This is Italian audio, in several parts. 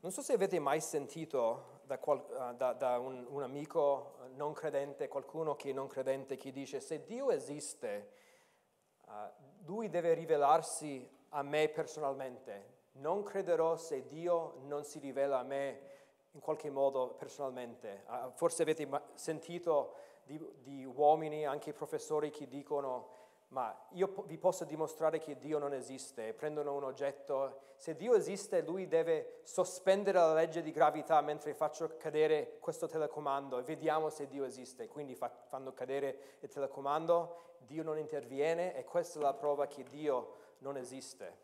Non so se avete mai sentito da un amico non credente, qualcuno che è non credente, che dice: se Dio esiste, Lui deve rivelarsi a me personalmente. Non crederò se Dio non si rivela a me in qualche modo personalmente. Forse avete sentito di uomini, anche professori, che dicono: ma io vi posso dimostrare che Dio non esiste. Prendono un oggetto, se Dio esiste Lui deve sospendere la legge di gravità mentre faccio cadere questo telecomando e vediamo se Dio esiste. Quindi fanno cadere il telecomando, Dio non interviene e questa è la prova che Dio non esiste.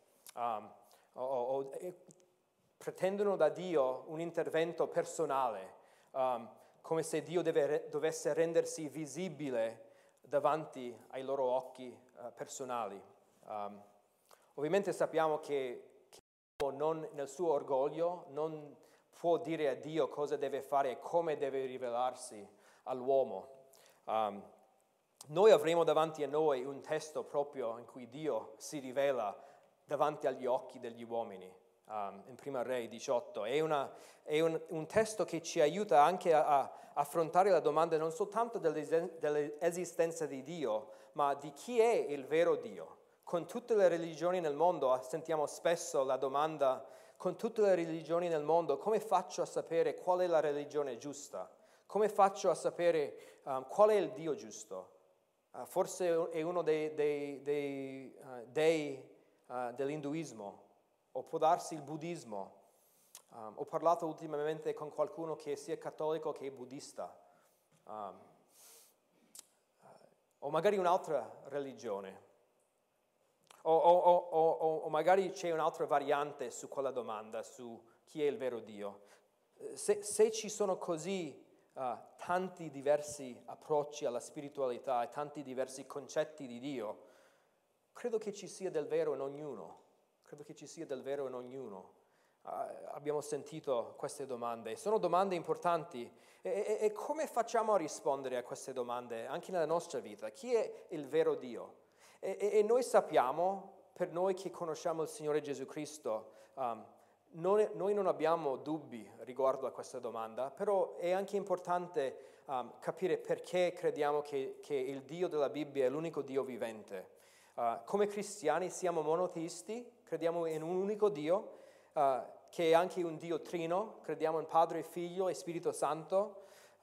Pretendono da Dio un intervento personale, come se Dio dovesse rendersi visibile davanti ai loro occhi personali. Ovviamente sappiamo che non, nel suo orgoglio non può dire a Dio cosa deve fare e come deve rivelarsi all'uomo. Noi avremo davanti a noi un testo proprio in cui Dio si rivela davanti agli occhi degli uomini. In Prima Re 18. È un testo che ci aiuta anche a affrontare la domanda non soltanto dell'esistenza di Dio, ma di chi è il vero Dio. Con tutte le religioni nel mondo sentiamo spesso la domanda: con tutte le religioni nel mondo, come faccio a sapere qual è la religione giusta? Come faccio a sapere qual è il Dio giusto? Forse è uno dei dei dell'induismo, o può darsi il buddismo. Ho parlato ultimamente con qualcuno che sia cattolico che è buddista, o magari un'altra religione, o magari c'è un'altra variante su quella domanda, su chi è il vero Dio. Se ci sono così tanti diversi approcci alla spiritualità e tanti diversi concetti di Dio, credo che ci sia del vero in ognuno. Abbiamo sentito queste domande. Sono domande importanti. E come facciamo a rispondere a queste domande anche nella nostra vita? Chi è il vero Dio? E noi sappiamo, per noi che conosciamo il Signore Gesù Cristo, noi non abbiamo dubbi riguardo a questa domanda, però è anche importante capire perché crediamo che il Dio della Bibbia è l'unico Dio vivente. Come cristiani siamo monoteisti, crediamo in un unico Dio, che è anche un Dio trino, crediamo in Padre, Figlio e Spirito Santo,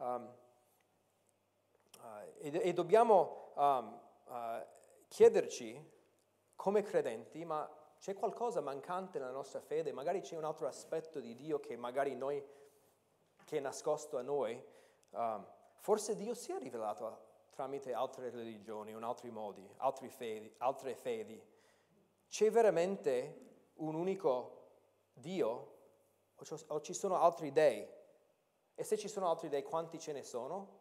e dobbiamo chiederci come credenti: ma c'è qualcosa mancante nella nostra fede? Magari c'è un altro aspetto di Dio che magari che è nascosto a noi. Forse Dio si è rivelato tramite altre religioni, in altri modi, altre fedi. C'è veramente un unico Dio o ci sono altri dei? E se ci sono altri dei, quanti ce ne sono?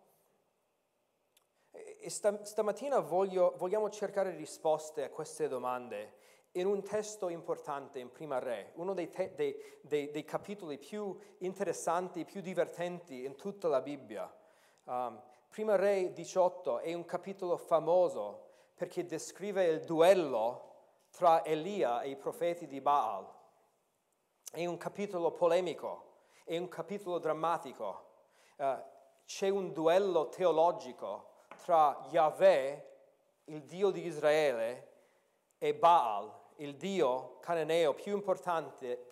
E stamattina vogliamo cercare risposte a queste domande in un testo importante in Prima Re, uno dei capitoli più interessanti, più divertenti in tutta la Bibbia. Prima Re 18 è un capitolo famoso perché descrive il duello tra Elia e i profeti di Baal. È un capitolo polemico, è un capitolo drammatico. C'è un duello teologico tra Yahweh, il Dio di Israele, e Baal, il Dio cananeo più importante,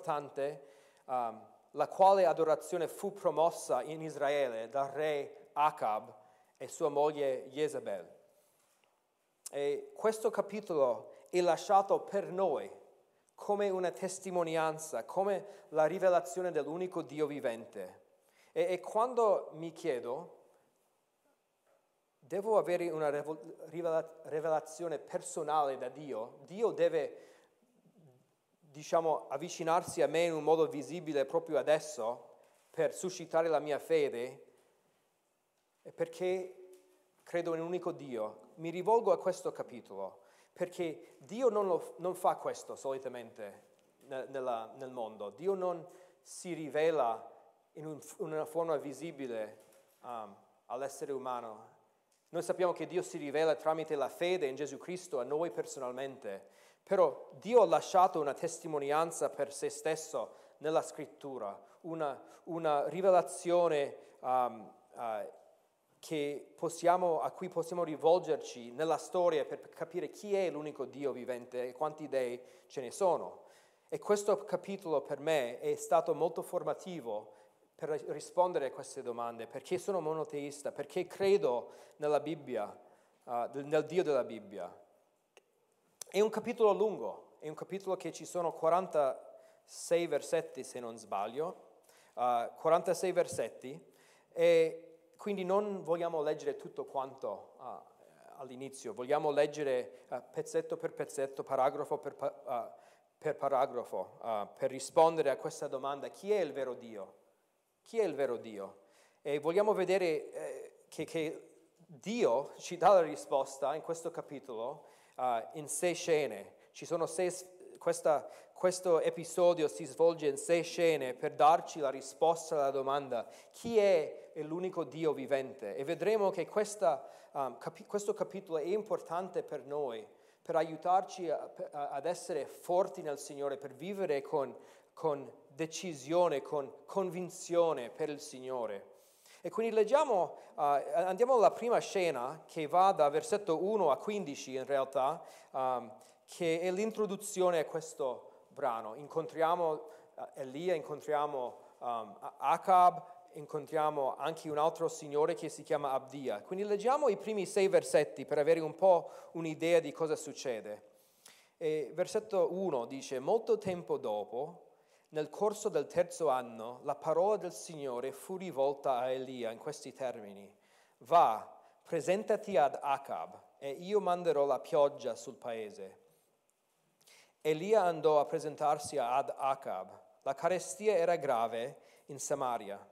la quale adorazione fu promossa in Israele dal re Acab e sua moglie Jezebel. E questo capitolo è lasciato per noi come una testimonianza, come la rivelazione dell'unico Dio vivente. E quando mi chiedo, devo avere una rivelazione personale da Dio? Dio deve, avvicinarsi a me in un modo visibile proprio adesso per suscitare la mia fede? E perché credo in un unico Dio, mi rivolgo a questo capitolo, perché Dio non fa questo solitamente nel mondo. Dio non si rivela in una forma visibile all'essere umano. Noi sappiamo che Dio si rivela tramite la fede in Gesù Cristo a noi personalmente, però Dio ha lasciato una testimonianza per se stesso nella scrittura, una rivelazione a cui possiamo rivolgerci nella storia per capire chi è l'unico Dio vivente e quanti dei ce ne sono. E questo capitolo per me è stato molto formativo per rispondere a queste domande, perché sono monoteista, perché credo nella Bibbia, nel Dio della Bibbia. È un capitolo lungo, è un capitolo che ci sono 46 versetti se non sbaglio, 46 versetti, e quindi non vogliamo leggere tutto quanto all'inizio, vogliamo leggere pezzetto per pezzetto, paragrafo per paragrafo, per rispondere a questa domanda: chi è il vero Dio? Chi è il vero Dio? E vogliamo vedere che Dio ci dà la risposta in questo capitolo in 6 scene. Ci sono questo episodio si svolge in 6 scene per darci la risposta alla domanda: chi è l'unico Dio vivente? E vedremo che questo capitolo è importante per noi, per aiutarci ad essere forti nel Signore, per vivere con decisione, con convinzione per il Signore. E quindi andiamo alla prima scena, che va da versetto 1 a 15 in realtà, che è l'introduzione a questo brano. Incontriamo Elia, incontriamo Acab, incontriamo anche un altro signore che si chiama Abdia. Quindi leggiamo i primi 6 versetti per avere un po' un'idea di cosa succede. E versetto 1 dice: molto tempo dopo, nel corso del 3° anno, la parola del Signore fu rivolta a Elia in questi termini: va, presentati ad Acab, e io manderò la pioggia sul paese. Elia andò a presentarsi ad Acab. La carestia era grave in Samaria.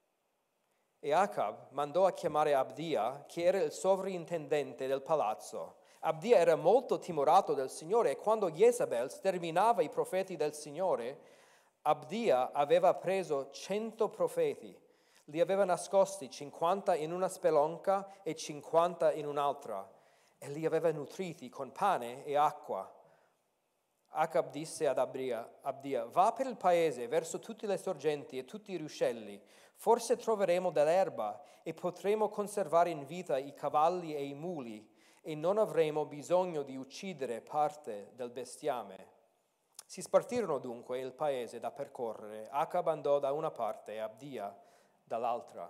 E Acab mandò a chiamare Abdia, che era il sovrintendente del palazzo. Abdia era molto timorato del Signore, e quando Jezabel sterminava i profeti del Signore, Abdia aveva preso 100 profeti, li aveva nascosti 50 in una spelonca e 50 in un'altra, e li aveva nutriti con pane e acqua. Acab disse ad Abdia: va per il paese verso tutte le sorgenti e tutti i ruscelli, forse troveremo dell'erba e potremo conservare in vita i cavalli e i muli, e non avremo bisogno di uccidere parte del bestiame. Si spartirono dunque il paese da percorrere. Acab andò da una parte e Abdia dall'altra.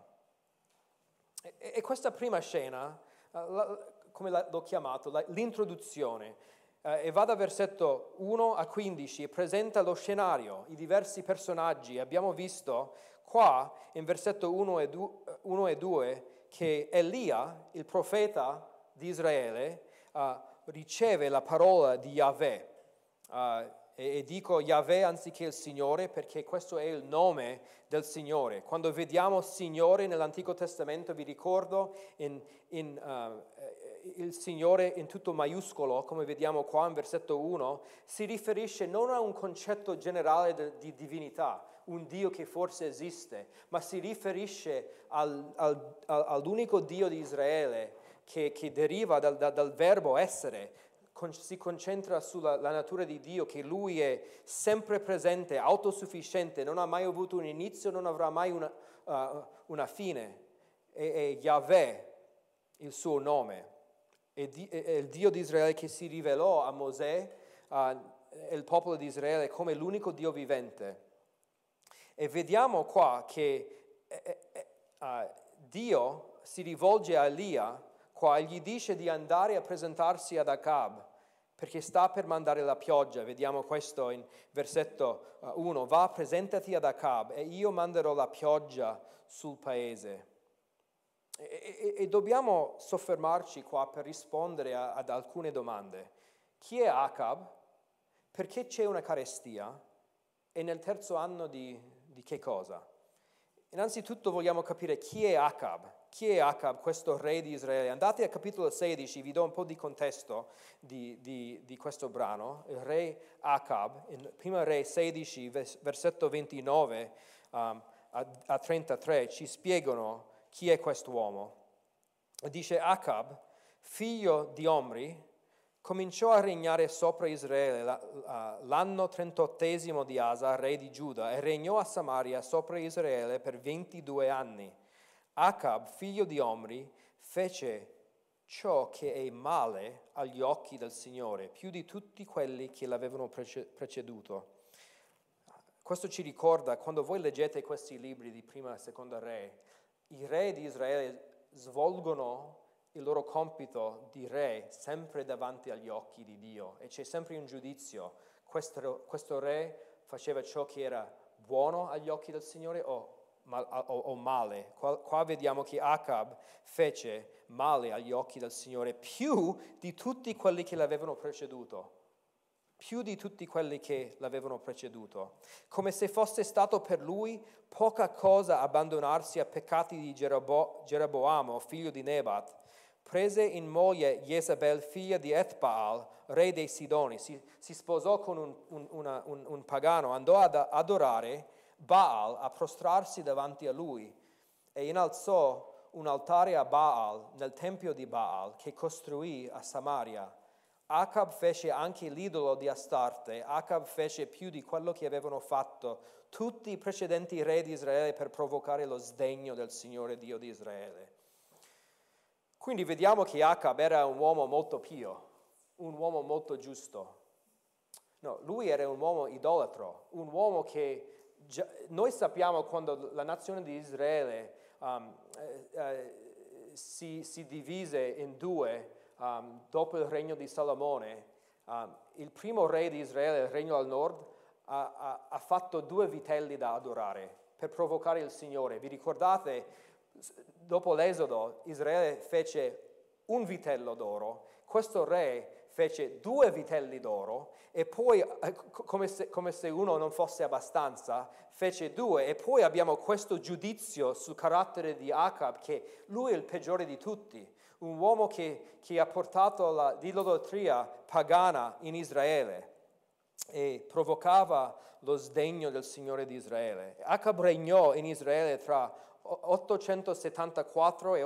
E questa prima scena, come l'ho chiamato, l'introduzione, e va da versetto 1 a 15 e presenta lo scenario, i diversi personaggi. Abbiamo visto qua in versetto 1 e 2 che Elia, il profeta di Israele, riceve la parola di Yahweh. E dico Yahweh anziché il Signore, perché questo è il nome del Signore. Quando vediamo Signore nell'Antico Testamento, vi ricordo il Signore in tutto maiuscolo, come vediamo qua in versetto 1, si riferisce non a un concetto generale di divinità, un Dio che forse esiste, ma si riferisce all'unico Dio di Israele che deriva dal verbo essere. Si concentra sulla natura di Dio, che Lui è sempre presente, autosufficiente, non ha mai avuto un inizio, non avrà mai una fine. È Yahweh il suo nome. È il Dio di Israele che si rivelò a Mosè e il popolo di Israele come l'unico Dio vivente. E vediamo qua che Dio si rivolge a Elia qua e gli dice di andare a presentarsi ad Acab, perché sta per mandare la pioggia. Vediamo questo in versetto 1. Va, presentati ad Acab, e io manderò la pioggia sul paese. E dobbiamo soffermarci qua per rispondere ad alcune domande. Chi è Acab? Perché c'è una carestia? E nel 3° anno di che cosa? Innanzitutto vogliamo capire chi è Acab. Chi è Acab, questo re di Israele? Andate al capitolo 16, vi do un po' di contesto di questo brano. Il re Acab, in 1 Re 16, versetto 29 a 33, ci spiegano chi è quest'uomo. Dice: Acab, figlio di Omri, cominciò a regnare sopra Israele l'anno 38 di Asa, re di Giuda, e regnò a Samaria sopra Israele per 22 anni. Acab, figlio di Omri, fece ciò che è male agli occhi del Signore, più di tutti quelli che l'avevano preceduto. Questo ci ricorda, quando voi leggete questi libri di Prima e Seconda Re, i re di Israele svolgono il loro compito di re sempre davanti agli occhi di Dio e c'è sempre un giudizio. Questo re faceva ciò che era buono agli occhi del Signore o male. Qua vediamo che Acab fece male agli occhi del Signore più di tutti quelli che l'avevano preceduto. Più di tutti quelli che l'avevano preceduto. Come se fosse stato per lui poca cosa abbandonarsi a peccati di Geroboamo, figlio di Nebat. Prese in moglie Jezabel, figlia di Ethbaal, re dei Sidoni. Si sposò con un pagano, andò ad adorare Baal, a prostrarsi davanti a lui e innalzò un altare a Baal nel tempio di Baal che costruì a Samaria. Acab fece anche l'idolo di Astarte. Acab fece più di quello che avevano fatto tutti i precedenti re di Israele per provocare lo sdegno del Signore Dio di Israele. Quindi vediamo che Acab era un uomo molto pio, un uomo molto giusto. No, lui era un uomo idolatro, un uomo che noi sappiamo quando la nazione di Israele si divise in due dopo il regno di Salomone. Il primo re di Israele, il regno al nord, ha fatto 2 vitelli da adorare per provocare il Signore. Vi ricordate? Dopo l'Esodo, Israele fece un vitello d'oro, questo re fece 2 vitelli d'oro e poi, come se uno non fosse abbastanza, fece 2 e poi abbiamo questo giudizio sul carattere di Acab, che lui è il peggiore di tutti, un uomo che ha portato l'idolatria pagana in Israele e provocava lo sdegno del Signore di Israele. Acab regnò in Israele tra 874 e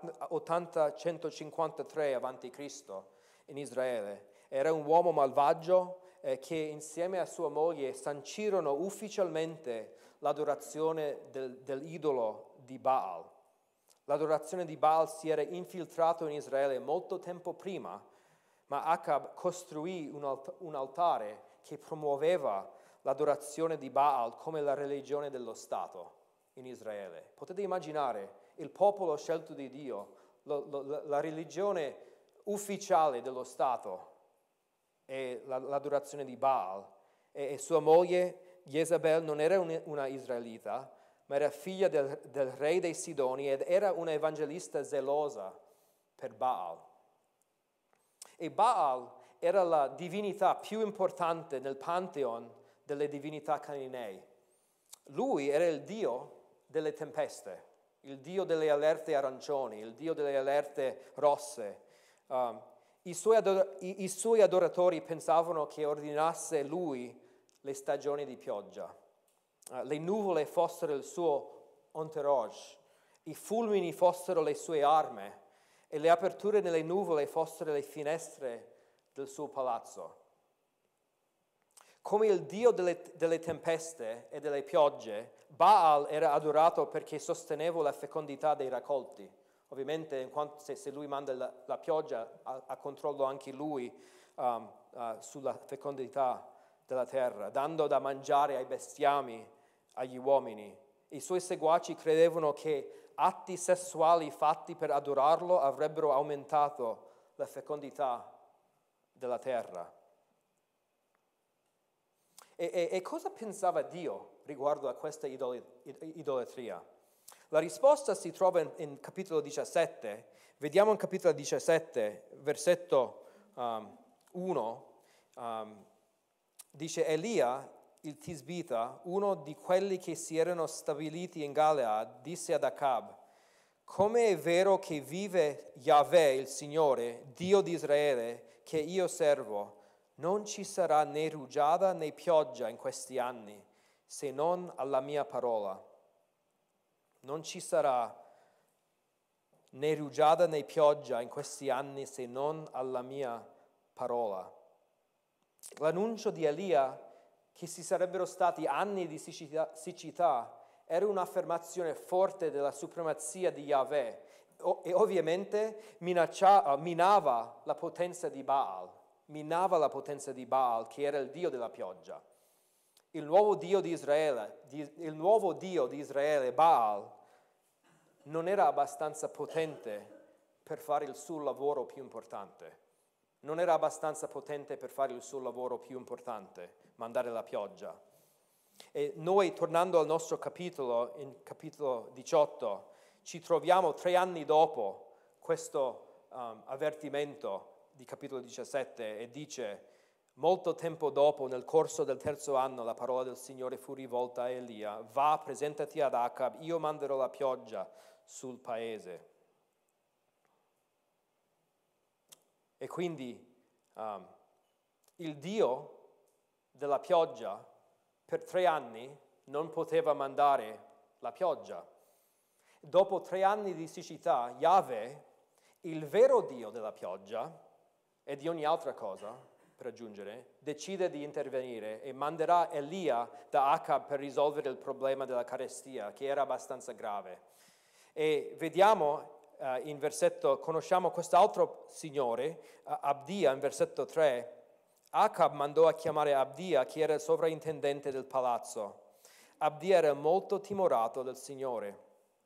853 a.C. in Israele. Era un uomo malvagio che insieme a sua moglie sancirono ufficialmente l'adorazione dell'idolo di Baal. L'adorazione di Baal si era infiltrato in Israele molto tempo prima, ma Acab costruì un altare che promuoveva l'adorazione di Baal come la religione dello Stato in Israele. Potete immaginare il popolo scelto di Dio, la religione ufficiale dello Stato è l'adorazione di Baal. E sua moglie Jezabel non era una israelita, ma era figlia del re dei Sidoni ed era una evangelista zelosa per Baal. E Baal era la divinità più importante nel pantheon delle divinità cananee. Lui era il dio delle tempeste, il dio delle alerte arancioni, il dio delle alerte rosse. I suoi adoratori pensavano che ordinasse lui le stagioni di pioggia. Le nuvole fossero il suo entourage, i fulmini fossero le sue armi e le aperture nelle nuvole fossero le finestre del suo palazzo. Come il dio delle tempeste e delle piogge, Baal era adorato perché sosteneva la fecondità dei raccolti. Ovviamente se lui manda la pioggia ha controllo anche lui sulla fecondità della terra, dando da mangiare ai bestiami, agli uomini. I suoi seguaci credevano che atti sessuali fatti per adorarlo avrebbero aumentato la fecondità della terra. E cosa pensava Dio riguardo a questa idolatria? La risposta si trova in capitolo 17. Vediamo in capitolo 17, versetto 1. Dice: Elia, il Tisbita, uno di quelli che si erano stabiliti in Galea, disse ad Acab: come è vero che vive Yahweh, il Signore, Dio di Israele, che io servo, non ci sarà né rugiada né pioggia in questi anni, se non alla mia parola. Non ci sarà né rugiada né pioggia in questi anni, se non alla mia parola. L'annuncio di Elia che ci sarebbero stati anni di siccità era un'affermazione forte della supremazia di Yahweh e ovviamente minava la potenza di Baal, che era il dio della pioggia. Il nuovo dio di Israele, Baal, non era abbastanza potente per fare il suo lavoro più importante. Non era abbastanza potente per fare il suo lavoro più importante, mandare la pioggia. E noi, tornando al nostro capitolo, in capitolo 18, ci troviamo 3 anni dopo questo avvertimento di capitolo 17 e dice: molto tempo dopo, nel corso del 3° anno, la parola del Signore fu rivolta a Elia: va, presentati ad Acab, io manderò la pioggia sul paese. E quindi il Dio della pioggia per 3 anni non poteva mandare la pioggia. Dopo 3 anni di siccità, Yahweh, il vero Dio della pioggia e di ogni altra cosa, per aggiungere, decide di intervenire e manderà Elia da Acab per risolvere il problema della carestia, che era abbastanza grave. E vediamo conosciamo quest'altro signore, Abdia, in versetto 3. Acab mandò a chiamare Abdia, che era il sovrintendente del palazzo. Abdia era molto timorato del Signore.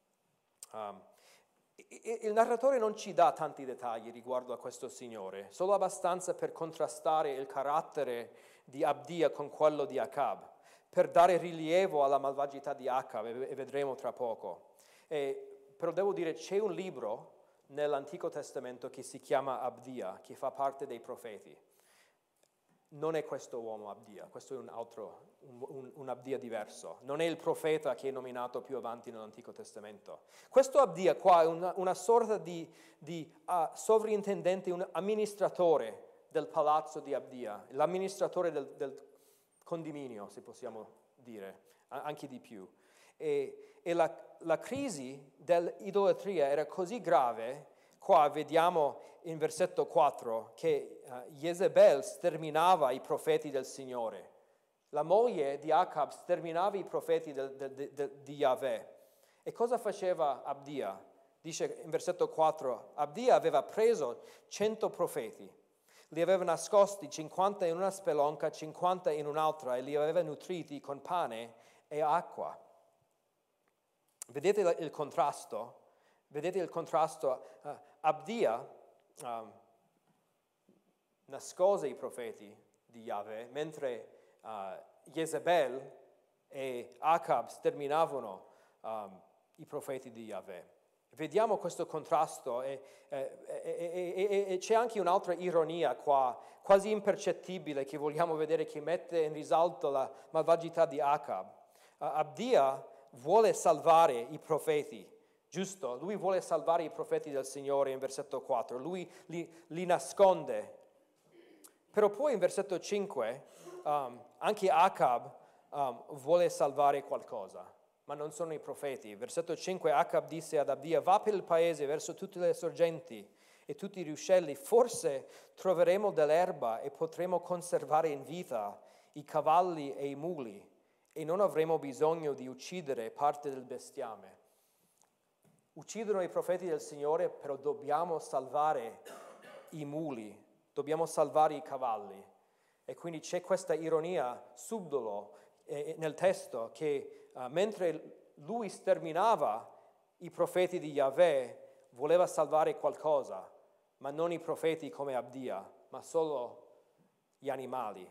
Il narratore non ci dà tanti dettagli riguardo a questo signore, solo abbastanza per contrastare il carattere di Abdia con quello di Acab, per dare rilievo alla malvagità di Acab, e vedremo tra poco. Però devo dire, c'è un libro nell'Antico Testamento che si chiama Abdia, che fa parte dei profeti. Non è questo uomo Abdia, questo è un Abdia diverso. Non è il profeta che è nominato più avanti nell'Antico Testamento. Questo Abdia qua è una sorta di sovrintendente, un amministratore del palazzo di Abdia, l'amministratore del condominio, se possiamo dire, anche di più. E la crisi dell'idolatria era così grave. Qua vediamo in versetto 4 che Jezebel sterminava i profeti del Signore. La moglie di Acab sterminava i profeti di Yahweh. E cosa faceva Abdia? Dice in versetto 4, Abdia aveva preso 100 profeti, li aveva nascosti 50 in una spelonca, 50 in un'altra, e li aveva nutriti con pane e acqua. Vedete il contrasto? Abdia nascose i profeti di Yahweh, mentre Jezebel e Acab sterminavano i profeti di Yahweh. Vediamo questo contrasto e c'è anche un'altra ironia qua, quasi impercettibile, che vogliamo vedere, che mette in risalto la malvagità di Acab. Abdia vuole salvare i profeti, giusto? Lui vuole salvare i profeti del Signore in versetto 4, lui li nasconde. Però poi in versetto 5 anche Acab vuole salvare qualcosa, ma non sono i profeti. Versetto 5, Acab disse ad Abdia: va per il paese verso tutte le sorgenti e tutti i ruscelli, forse troveremo dell'erba e potremo conservare in vita i cavalli e i muli, e non avremo bisogno di uccidere parte del bestiame. Uccidono i profeti del Signore, però dobbiamo salvare i muli, dobbiamo salvare i cavalli. E quindi c'è questa ironia subdola nel testo che mentre lui sterminava i profeti di Yahweh, voleva salvare qualcosa, ma non i profeti come Abdia, ma solo gli animali.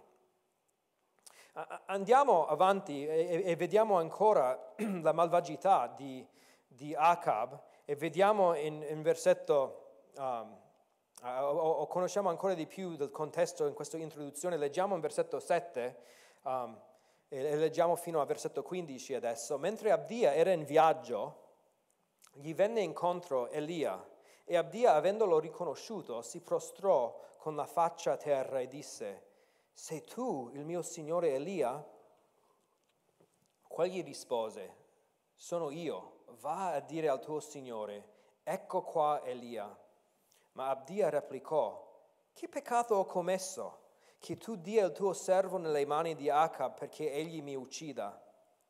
Andiamo avanti e vediamo ancora la malvagità di Acab, e vediamo in versetto, conosciamo ancora di più del contesto in questa introduzione. Leggiamo in versetto 7 e leggiamo fino a versetto 15 adesso. Mentre Abdia era in viaggio, gli venne incontro Elia, e Abdia, avendolo riconosciuto, si prostrò con la faccia a terra e disse: sei tu il mio signore Elia? Quegli rispose: sono io, va a dire al tuo signore, ecco qua Elia. Ma Abdia replicò: che peccato ho commesso, che tu dia il tuo servo nelle mani di Acab perché egli mi uccida?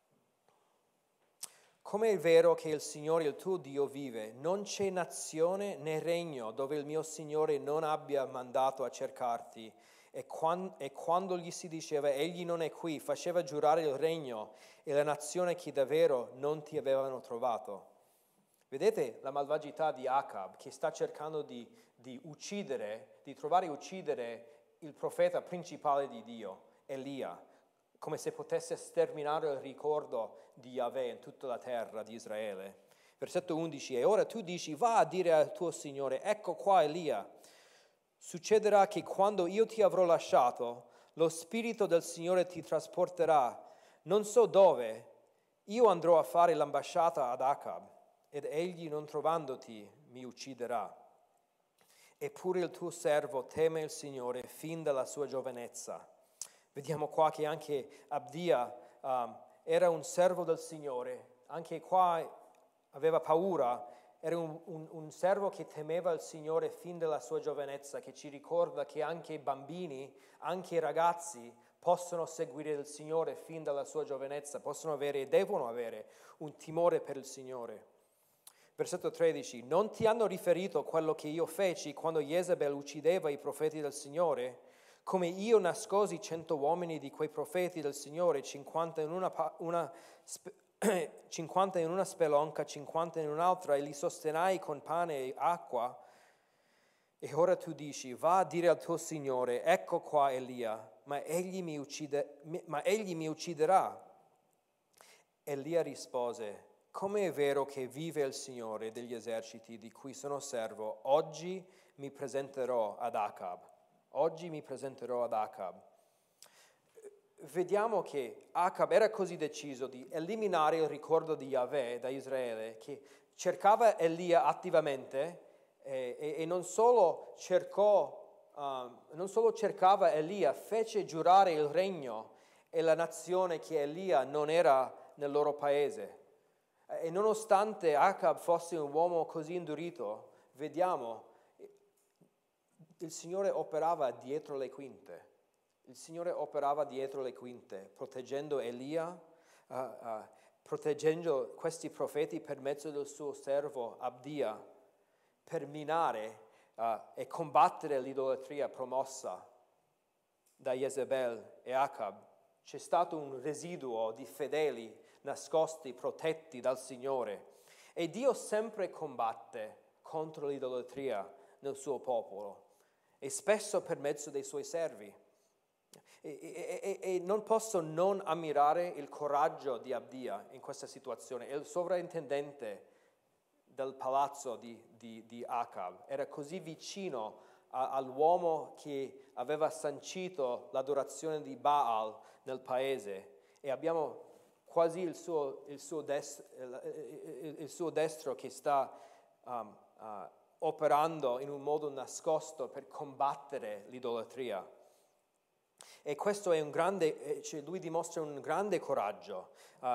Come è vero che il Signore il tuo Dio vive, non c'è nazione né regno dove il mio Signore non abbia mandato a cercarti. E quando gli si diceva egli non è qui, faceva giurare il regno e la nazione che davvero non ti avevano trovato. Vedete la malvagità di Acab che sta cercando di uccidere, di trovare e uccidere il profeta principale di Dio, Elia, come se potesse sterminare il ricordo di Yahweh in tutta la terra di Israele. Versetto 11, e ora tu dici, va a dire al tuo Signore, ecco qua Elia. Succederà che quando io ti avrò lasciato, lo Spirito del Signore ti trasporterà, non so dove, io andrò a fare l'ambasciata ad Acab, ed egli non trovandoti mi ucciderà. Eppure il tuo servo teme il Signore fin dalla sua giovinezza. Vediamo qua che anche Abdia era un servo del Signore, anche qua aveva paura, era un servo che temeva il Signore fin dalla sua giovinezza, che ci ricorda che anche i bambini, anche i ragazzi possono seguire il Signore fin dalla sua giovinezza, possono avere e devono avere un timore per il Signore. Versetto 13, non ti hanno riferito quello che io feci quando Jezebel uccideva i profeti del Signore? Come io nascosi 100 uomini di quei profeti del Signore, 50 in una spelonca, 50 in un'altra, e li sostenai con pane e acqua. E ora tu dici, va a dire al tuo Signore, ecco qua Elia, ma egli mi ucciderà. Elia rispose, come è vero che vive il Signore degli eserciti di cui sono servo, oggi mi presenterò ad Acab. Oggi mi presenterò ad Acab. Vediamo che Acab era così deciso di eliminare il ricordo di Yahweh da Israele che cercava Elia attivamente e non solo cercava Elia, fece giurare il regno e la nazione che Elia non era nel loro paese. E nonostante Acab fosse un uomo così indurito, vediamo il Signore operava dietro le quinte. Il Signore operava dietro le quinte, proteggendo Elia, proteggendo questi profeti per mezzo del suo servo Abdia, per minare e combattere l'idolatria promossa da Jezebel e Acab. C'è stato un residuo di fedeli nascosti, protetti dal Signore. E Dio sempre combatte contro l'idolatria nel suo popolo, e spesso per mezzo dei suoi servi. E non posso non ammirare il coraggio di Abdia in questa situazione. Il sovrintendente del palazzo di Acab era così vicino all'uomo che aveva sancito l'adorazione di Baal nel paese, e abbiamo quasi il suo destro che sta operando in un modo nascosto per combattere l'idolatria. E questo è lui dimostra un grande coraggio,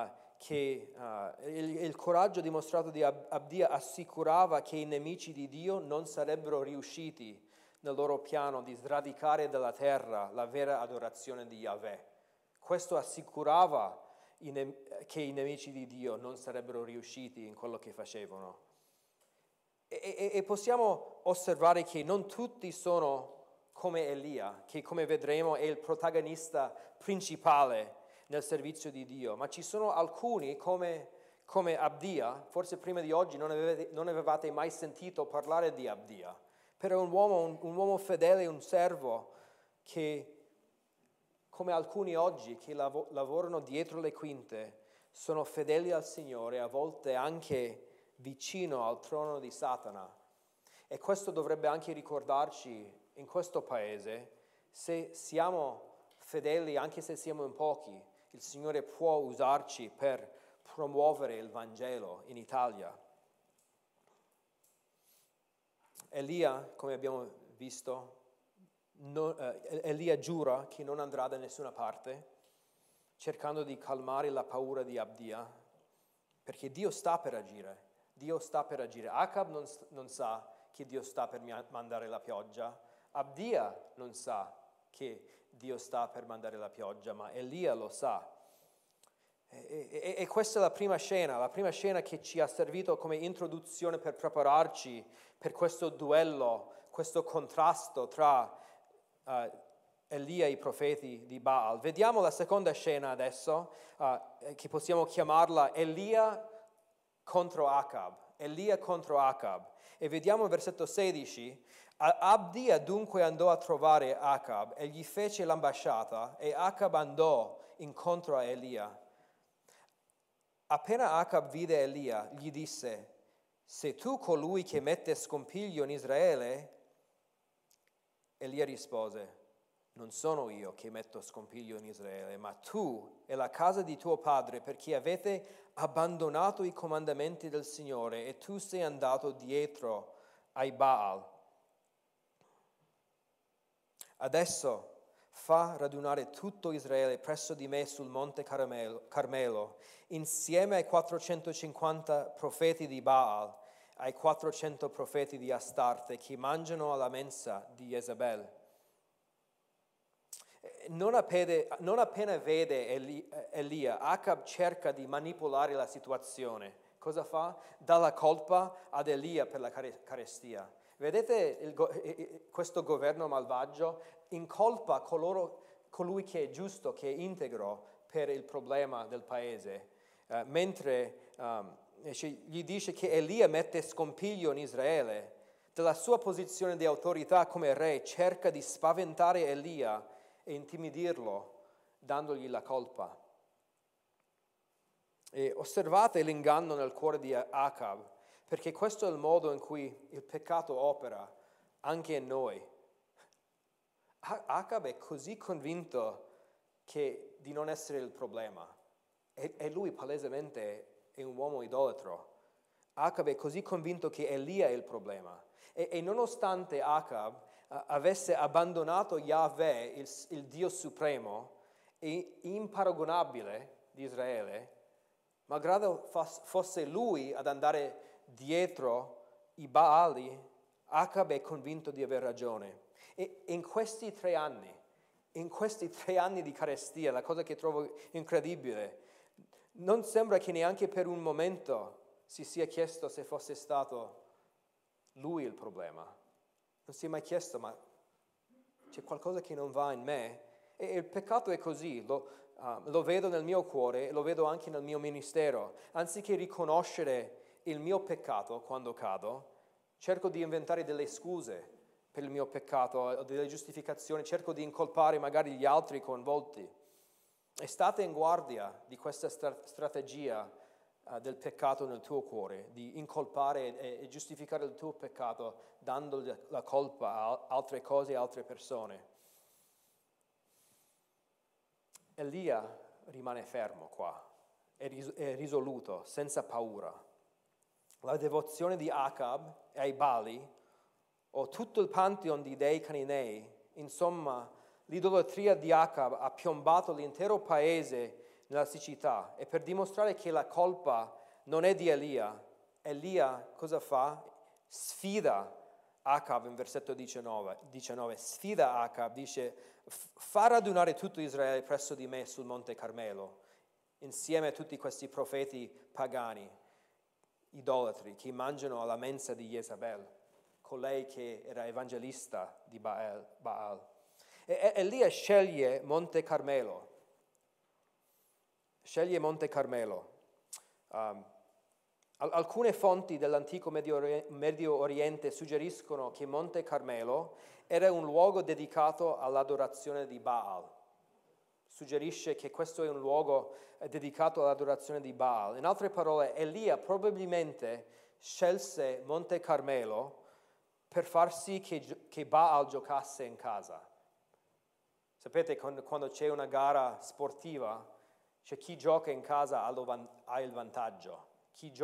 il coraggio dimostrato di Abdia assicurava che i nemici di Dio non sarebbero riusciti nel loro piano di sradicare dalla terra la vera adorazione di Yahweh. Questo assicurava che i nemici di Dio non sarebbero riusciti in quello che facevano. E possiamo osservare che non tutti sono come Elia, che come vedremo è il protagonista principale nel servizio di Dio, ma ci sono alcuni come Abdia. Forse prima di oggi non avevate mai sentito parlare di Abdia, però un uomo fedele, un servo che, come alcuni oggi che lavorano dietro le quinte, sono fedeli al Signore, a volte anche vicino al trono di Satana. E questo dovrebbe anche ricordarci in questo paese, se siamo fedeli, anche se siamo in pochi, il Signore può usarci per promuovere il Vangelo in Italia. Elia, come abbiamo visto, Elia giura che non andrà da nessuna parte, cercando di calmare la paura di Abdia, perché Dio sta per agire. Dio sta per agire. Acab non sa che Dio sta per mandare la pioggia. Abdia non sa che Dio sta per mandare la pioggia, ma Elia lo sa. E questa è la prima scena che ci ha servito come introduzione per prepararci per questo duello, questo contrasto tra Elia e i profeti di Baal. Vediamo la seconda scena adesso, che possiamo chiamarla Elia contro Acab. Elia contro Acab. E vediamo il versetto 16. Abdia dunque andò a trovare Acab e gli fece l'ambasciata, e Acab andò incontro a Elia. Appena Acab vide Elia, gli disse: sei tu colui che mette scompiglio in Israele? Elia rispose: non sono io che metto scompiglio in Israele, ma tu e la casa di tuo padre, perché avete abbandonato i comandamenti del Signore e tu sei andato dietro ai Baal. Adesso fa radunare tutto Israele presso di me sul monte Carmelo, insieme ai 450 profeti di Baal, ai 400 profeti di Astarte che mangiano alla mensa di Jezabel. Non appena vede Elia, Acab cerca di manipolare la situazione. Cosa fa? Dà la colpa ad Elia per la carestia. Vedete questo governo malvagio? Incolpa colui che è giusto, che è integro per il problema del paese, mentre gli dice che Elia mette scompiglio in Israele. Dalla sua posizione di autorità come re cerca di spaventare Elia e intimidirlo, dandogli la colpa. E osservate l'inganno nel cuore di Acab, perché questo è il modo in cui il peccato opera anche in noi. Acab è così convinto di non essere il problema, e lui palesemente è un uomo idolatro. Acab è così convinto che Elia è il problema, e nonostante Acab avesse abbandonato Yahweh, il Dio supremo e imparagonabile di Israele, malgrado fosse lui ad andare dietro i Baali, Acab è convinto di aver ragione. E in questi 3 anni di carestia, la cosa che trovo incredibile, non sembra che neanche per un momento si sia chiesto se fosse stato lui il problema. Non si è mai chiesto: ma c'è qualcosa che non va in me? E il peccato è così, lo vedo nel mio cuore, lo vedo anche nel mio ministero. Anziché riconoscere il mio peccato quando cado, cerco di inventare delle scuse per il mio peccato, delle giustificazioni, cerco di incolpare magari gli altri coinvolti. E state in guardia di questa strategia del peccato nel tuo cuore, di incolpare e giustificare il tuo peccato dando la colpa a altre cose e altre persone. Elia rimane fermo qua, è risoluto, senza paura. La devozione di Acab e ai Bali, o tutto il pantheon di dei Cananei, insomma, l'idolatria di Acab ha piombato l'intero paese nella siccità, e per dimostrare che la colpa non è di Elia cosa fa? Sfida Acab in versetto 19, sfida Acab, dice: fa radunare tutto Israele presso di me sul monte Carmelo, insieme a tutti questi profeti pagani, idolatri, che mangiano alla mensa di Jezabel, colei che era evangelista di Baal. E Elia sceglie Monte Carmelo. Alcune fonti dell'antico Medio Oriente suggeriscono che Monte Carmelo era un luogo dedicato all'adorazione di Baal. Suggerisce che questo è un luogo dedicato all'adorazione di Baal. In altre parole, Elia probabilmente scelse Monte Carmelo per far sì che Baal giocasse in casa. Sapete, quando c'è una gara sportiva, c'è chi gioca in casa ha il vantaggio, chi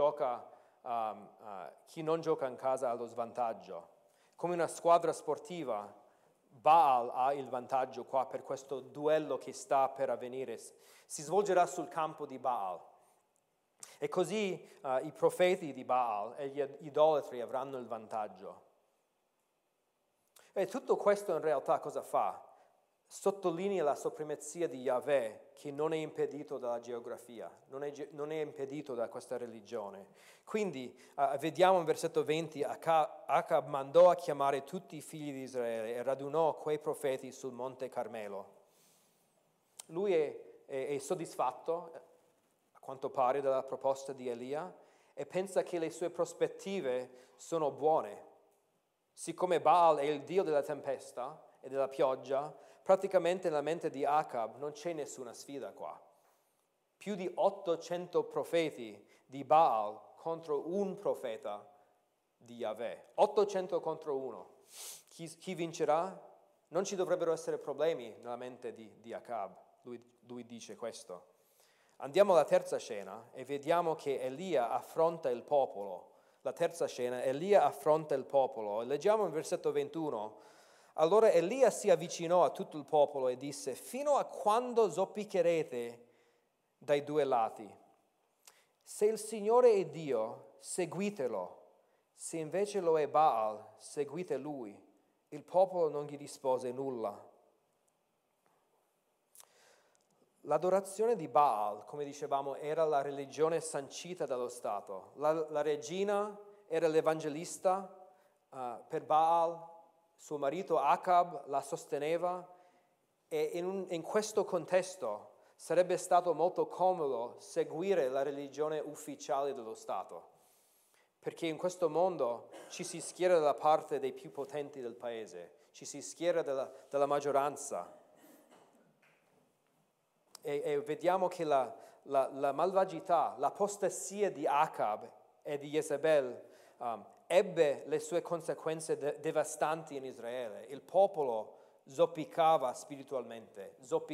non gioca in casa ha lo svantaggio. Come una squadra sportiva, Baal ha il vantaggio qua per questo duello che sta per avvenire. Si svolgerà sul campo di Baal. E così i profeti di Baal e gli idolatri avranno il vantaggio. E tutto questo in realtà cosa fa? Sottolinea la supremazia di Yahweh, che non è impedito dalla geografia, non è impedito da questa religione. Quindi vediamo in versetto 20, Acab mandò a chiamare tutti i figli di Israele e radunò quei profeti sul monte Carmelo. Lui è soddisfatto, a quanto pare, dalla proposta di Elia e pensa che le sue prospettive sono buone. Siccome Baal è il dio della tempesta e della pioggia, praticamente nella mente di Acab non c'è nessuna sfida qua. Più di 800 profeti di Baal contro un profeta di Yahweh. 800 contro uno. Chi vincerà? Non ci dovrebbero essere problemi nella mente di Acab. Lui dice questo. Andiamo alla terza scena e vediamo che Elia affronta il popolo. La terza scena, Elia affronta il popolo. Leggiamo in versetto 21. Allora Elia si avvicinò a tutto il popolo e disse: fino a quando zoppicherete dai due lati? Se il Signore è Dio, seguitelo. Se invece lo è Baal, seguite lui. Il popolo non gli rispose nulla. L'adorazione di Baal, come dicevamo, era la religione sancita dallo Stato. La regina era l'evangelista per Baal, suo marito Acab la sosteneva e in questo contesto sarebbe stato molto comodo seguire la religione ufficiale dello Stato, perché in questo mondo ci si schiera dalla parte dei più potenti del paese, ci si schiera della maggioranza. E vediamo che la malvagità, l'apostasia di Acab e di Jezebel ebbe le sue conseguenze devastanti in Israele. Il popolo zoppicava spiritualmente,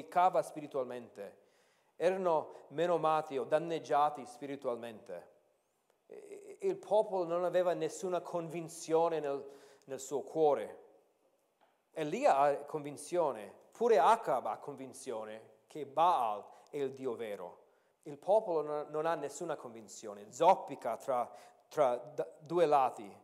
erano menomati o danneggiati spiritualmente. Il popolo non aveva nessuna convinzione nel suo cuore. Elia ha convinzione, pure Acab ha convinzione che Baal è il Dio vero. Il popolo non ha nessuna convinzione, zoppica tra due lati.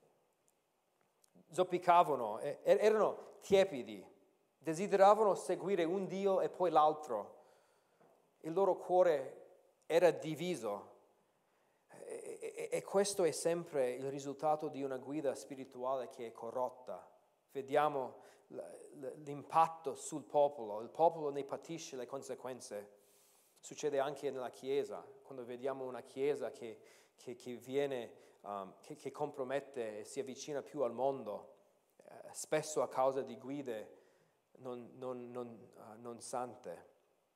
Zoppicavano, erano tiepidi, desideravano seguire un Dio e poi l'altro. Il loro cuore era diviso. E questo è sempre il risultato di una guida spirituale che è corrotta. Vediamo l'impatto sul popolo, il popolo ne patisce le conseguenze. Succede anche nella Chiesa, quando vediamo una Chiesa che viene, che compromette e si avvicina più al mondo, spesso a causa di guide non sante.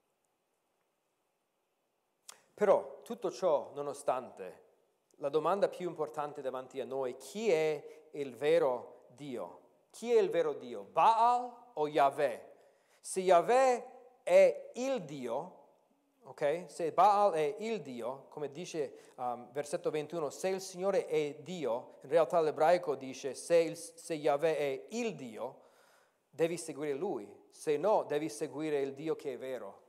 Però tutto ciò nonostante, la domanda più importante davanti a noi: chi è il vero Dio? Chi è il vero Dio? Baal o Yahweh? Se Yahweh è il Dio, ok? Se Baal è il Dio, come dice versetto 21, se il Signore è Dio, in realtà l'ebraico dice se Yahweh è il Dio, devi seguire Lui, se no devi seguire il Dio che è vero.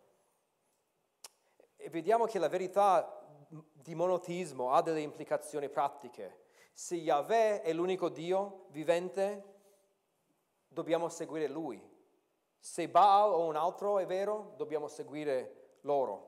E vediamo che la verità di monoteismo ha delle implicazioni pratiche. Se Yahweh è l'unico Dio vivente, dobbiamo seguire Lui. Se Baal o un altro è vero, dobbiamo seguire loro.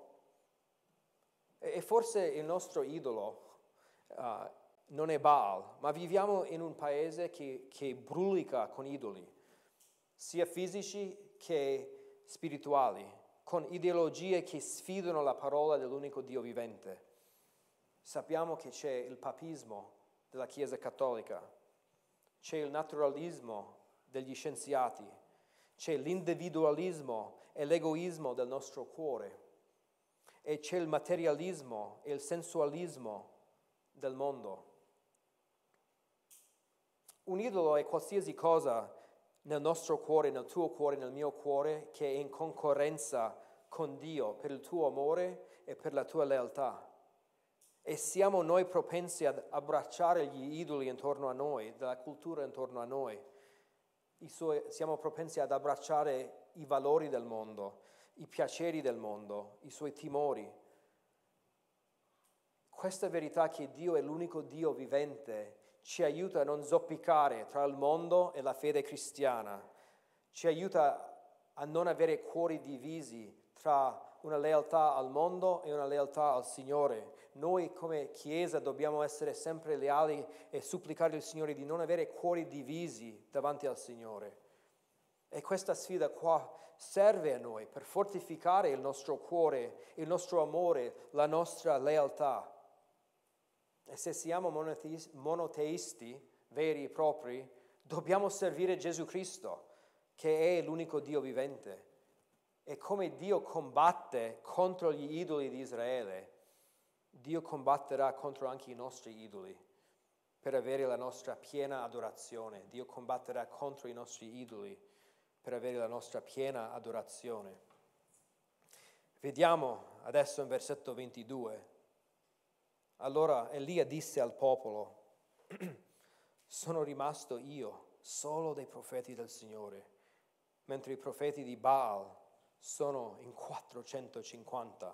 E forse il nostro idolo non è Baal, ma viviamo in un paese che brulica con idoli, sia fisici che spirituali, con ideologie che sfidano la parola dell'unico Dio vivente. Sappiamo che c'è il papismo della Chiesa Cattolica, c'è il naturalismo degli scienziati, c'è l'individualismo e l'egoismo del nostro cuore e c'è il materialismo e il sensualismo del mondo. Un idolo è qualsiasi cosa nel nostro cuore, nel tuo cuore, nel mio cuore, che è in concorrenza con Dio per il tuo amore e per la tua lealtà. E siamo noi propensi ad abbracciare gli idoli intorno a noi, della cultura intorno a noi. Siamo propensi ad abbracciare i valori del mondo, i piaceri del mondo, i suoi timori. Questa verità che Dio è l'unico Dio vivente ci aiuta a non zoppicare tra il mondo e la fede cristiana, ci aiuta a non avere cuori divisi tra una lealtà al mondo e una lealtà al Signore. Noi come Chiesa dobbiamo essere sempre leali e supplicare il Signore di non avere cuori divisi davanti al Signore. E questa sfida qua serve a noi per fortificare il nostro cuore, il nostro amore, la nostra lealtà. E se siamo monoteisti veri e propri, dobbiamo servire Gesù Cristo, che è l'unico Dio vivente. E come Dio combatte contro gli idoli di Israele, Dio combatterà contro anche i nostri idoli per avere la nostra piena adorazione. Dio combatterà contro i nostri idoli per avere la nostra piena adorazione. Vediamo adesso in versetto 22. Allora Elia disse al popolo: sono rimasto io solo dei profeti del Signore, mentre i profeti di Baal sono in 450.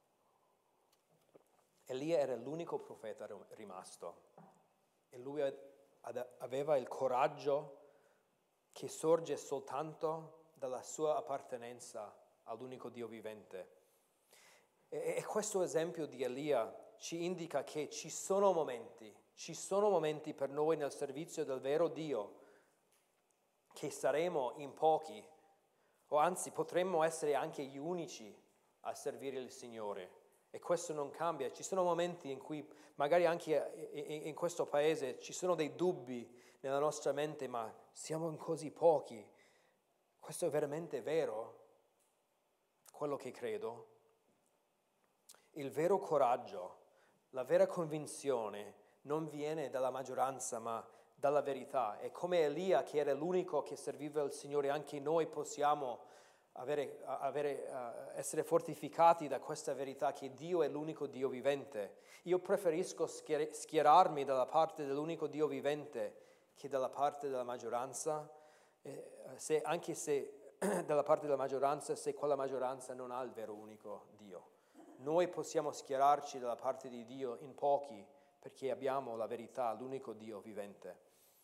Elia era l'unico profeta rimasto e lui aveva il coraggio che sorge soltanto dalla sua appartenenza all'unico Dio vivente. E questo esempio di Elia ci indica che ci sono momenti per noi nel servizio del vero Dio che saremo in pochi, o anzi potremmo essere anche gli unici a servire il Signore. E questo non cambia. Ci sono momenti in cui magari anche in questo paese ci sono dei dubbi nella nostra mente, ma siamo in così pochi. Questo è veramente vero, quello che credo. Il vero coraggio, la vera convinzione non viene dalla maggioranza, ma dalla verità. E come Elia, che era l'unico che serviva il Signore, anche noi possiamo essere fortificati da questa verità che Dio è l'unico Dio vivente. Io preferisco schierarmi dalla parte dell'unico Dio vivente che dalla parte della maggioranza, anche se dalla parte della maggioranza, se quella maggioranza non ha il vero unico Dio. Noi possiamo schierarci dalla parte di Dio in pochi perché abbiamo la verità, l'unico Dio vivente.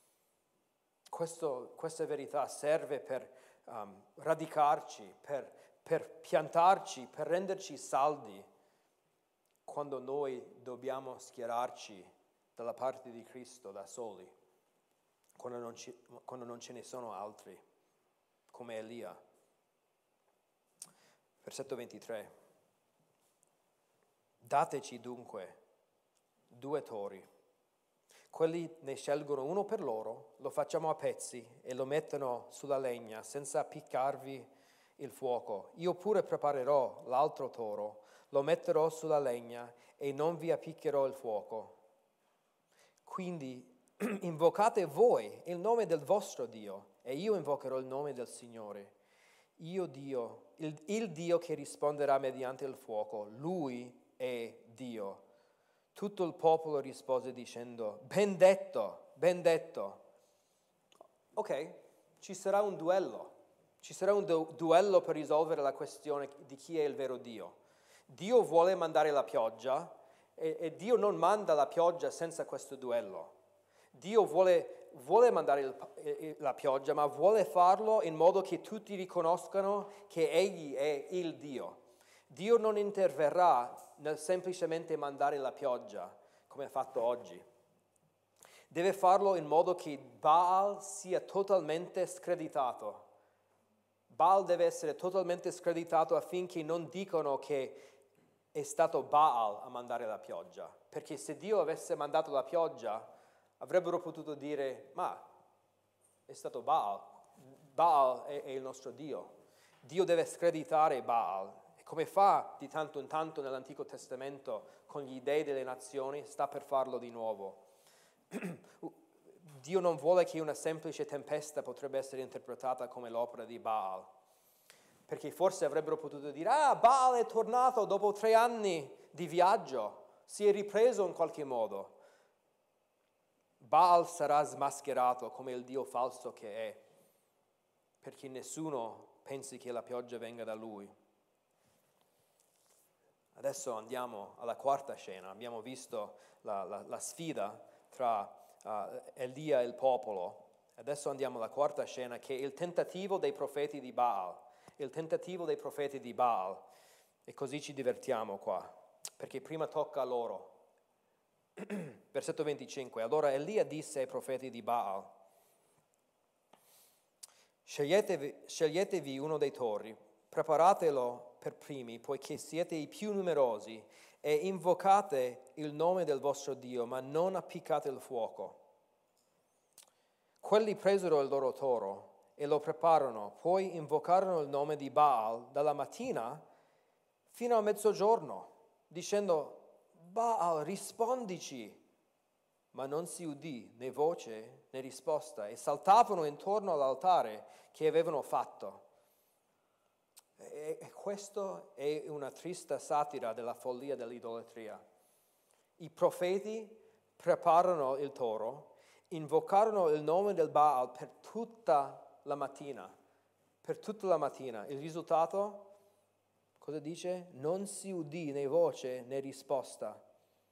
Questa verità serve per radicarci, per piantarci, per renderci saldi quando noi dobbiamo schierarci dalla parte di Cristo da soli, quando non ce ne sono altri, come Elia. Versetto 23. Dateci dunque 2 tori. Quelli ne scelgono uno per loro, lo facciamo a pezzi e lo mettono sulla legna senza appiccarvi il fuoco. Io pure preparerò l'altro toro, lo metterò sulla legna e non vi appiccherò il fuoco. Quindi invocate voi il nome del vostro Dio e io invocherò il nome del Signore. Io Dio, il Dio che risponderà mediante il fuoco, Lui è Dio. Tutto il popolo rispose dicendo: ben detto, ben detto. Ok, ci sarà un duello. Ci sarà un duello per risolvere la questione di chi è il vero Dio. Dio vuole mandare la pioggia e Dio non manda la pioggia senza questo duello. Dio vuole mandare la pioggia, ma vuole farlo in modo che tutti riconoscano che Egli è il Dio. Dio non interverrà nel semplicemente mandare la pioggia, come ha fatto oggi. Deve farlo in modo che Baal sia totalmente screditato. Baal deve essere totalmente screditato affinché non dicano che è stato Baal a mandare la pioggia. Perché se Dio avesse mandato la pioggia, avrebbero potuto dire: ma è stato Baal. Baal è il nostro Dio. Dio deve screditare Baal. Come fa di tanto in tanto nell'Antico Testamento con gli dei delle nazioni, sta per farlo di nuovo. Dio non vuole che una semplice tempesta potrebbe essere interpretata come l'opera di Baal, perché forse avrebbero potuto dire: Baal è tornato dopo 3 anni di viaggio, si è ripreso in qualche modo. Baal sarà smascherato come il Dio falso che è, perché nessuno pensi che la pioggia venga da lui. Adesso andiamo alla quarta scena. Abbiamo visto la sfida tra Elia e il popolo. Adesso andiamo alla quarta scena, che è il tentativo dei profeti di Baal. Il tentativo dei profeti di Baal. E così ci divertiamo qua, perché prima tocca a loro. Versetto 25. Allora Elia disse ai profeti di Baal: sceglietevi uno dei tori, preparatelo per primi, poiché siete i più numerosi, e invocate il nome del vostro Dio, ma non appiccate il fuoco. Quelli presero il loro toro e lo prepararono, poi invocarono il nome di Baal dalla mattina fino a mezzogiorno, dicendo: Baal, rispondici! Ma non si udì né voce né risposta, e saltavano intorno all'altare che avevano fatto. E questo è una triste satira della follia dell'idolatria. I profeti prepararono il toro, invocarono il nome del Baal per tutta la mattina. Per tutta la mattina. Il risultato? Cosa dice? Non si udì né voce né risposta.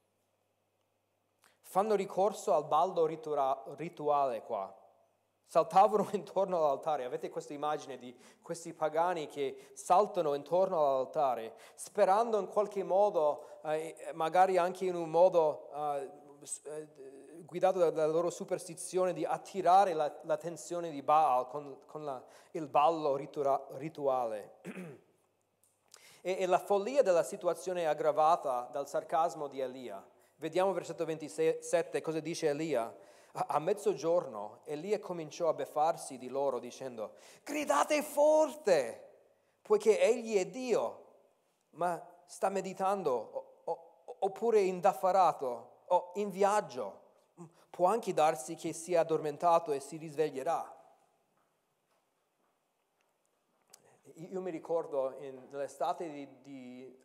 Fanno ricorso al ballo rituale qua. Saltavano intorno all'altare. Avete questa immagine di questi pagani che saltano intorno all'altare, sperando in qualche modo, magari anche in un modo guidato dalla loro superstizione, di attirare l'attenzione di Baal con il ballo rituale. E la follia della situazione è aggravata dal sarcasmo di Elia. Vediamo versetto 27, cosa dice Elia. A mezzogiorno Elia cominciò a beffarsi di loro dicendo: gridate forte, poiché egli è Dio, ma sta meditando, oppure indaffarato, o in viaggio. Può anche darsi che sia addormentato e si risveglierà. Io mi ricordo nell'estate di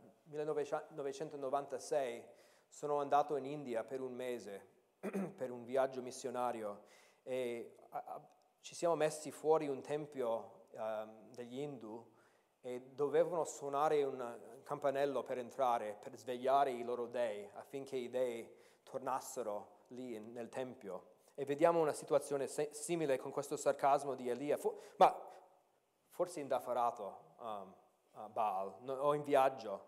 1996 sono andato in India per un mese, per un viaggio missionario, e ci siamo messi fuori un tempio degli Hindu e dovevano suonare un campanello per entrare, per svegliare i loro dei, affinché i dei tornassero lì nel tempio. E vediamo una situazione simile con questo sarcasmo di Elia, ma forse indaffarato Baal, o in viaggio.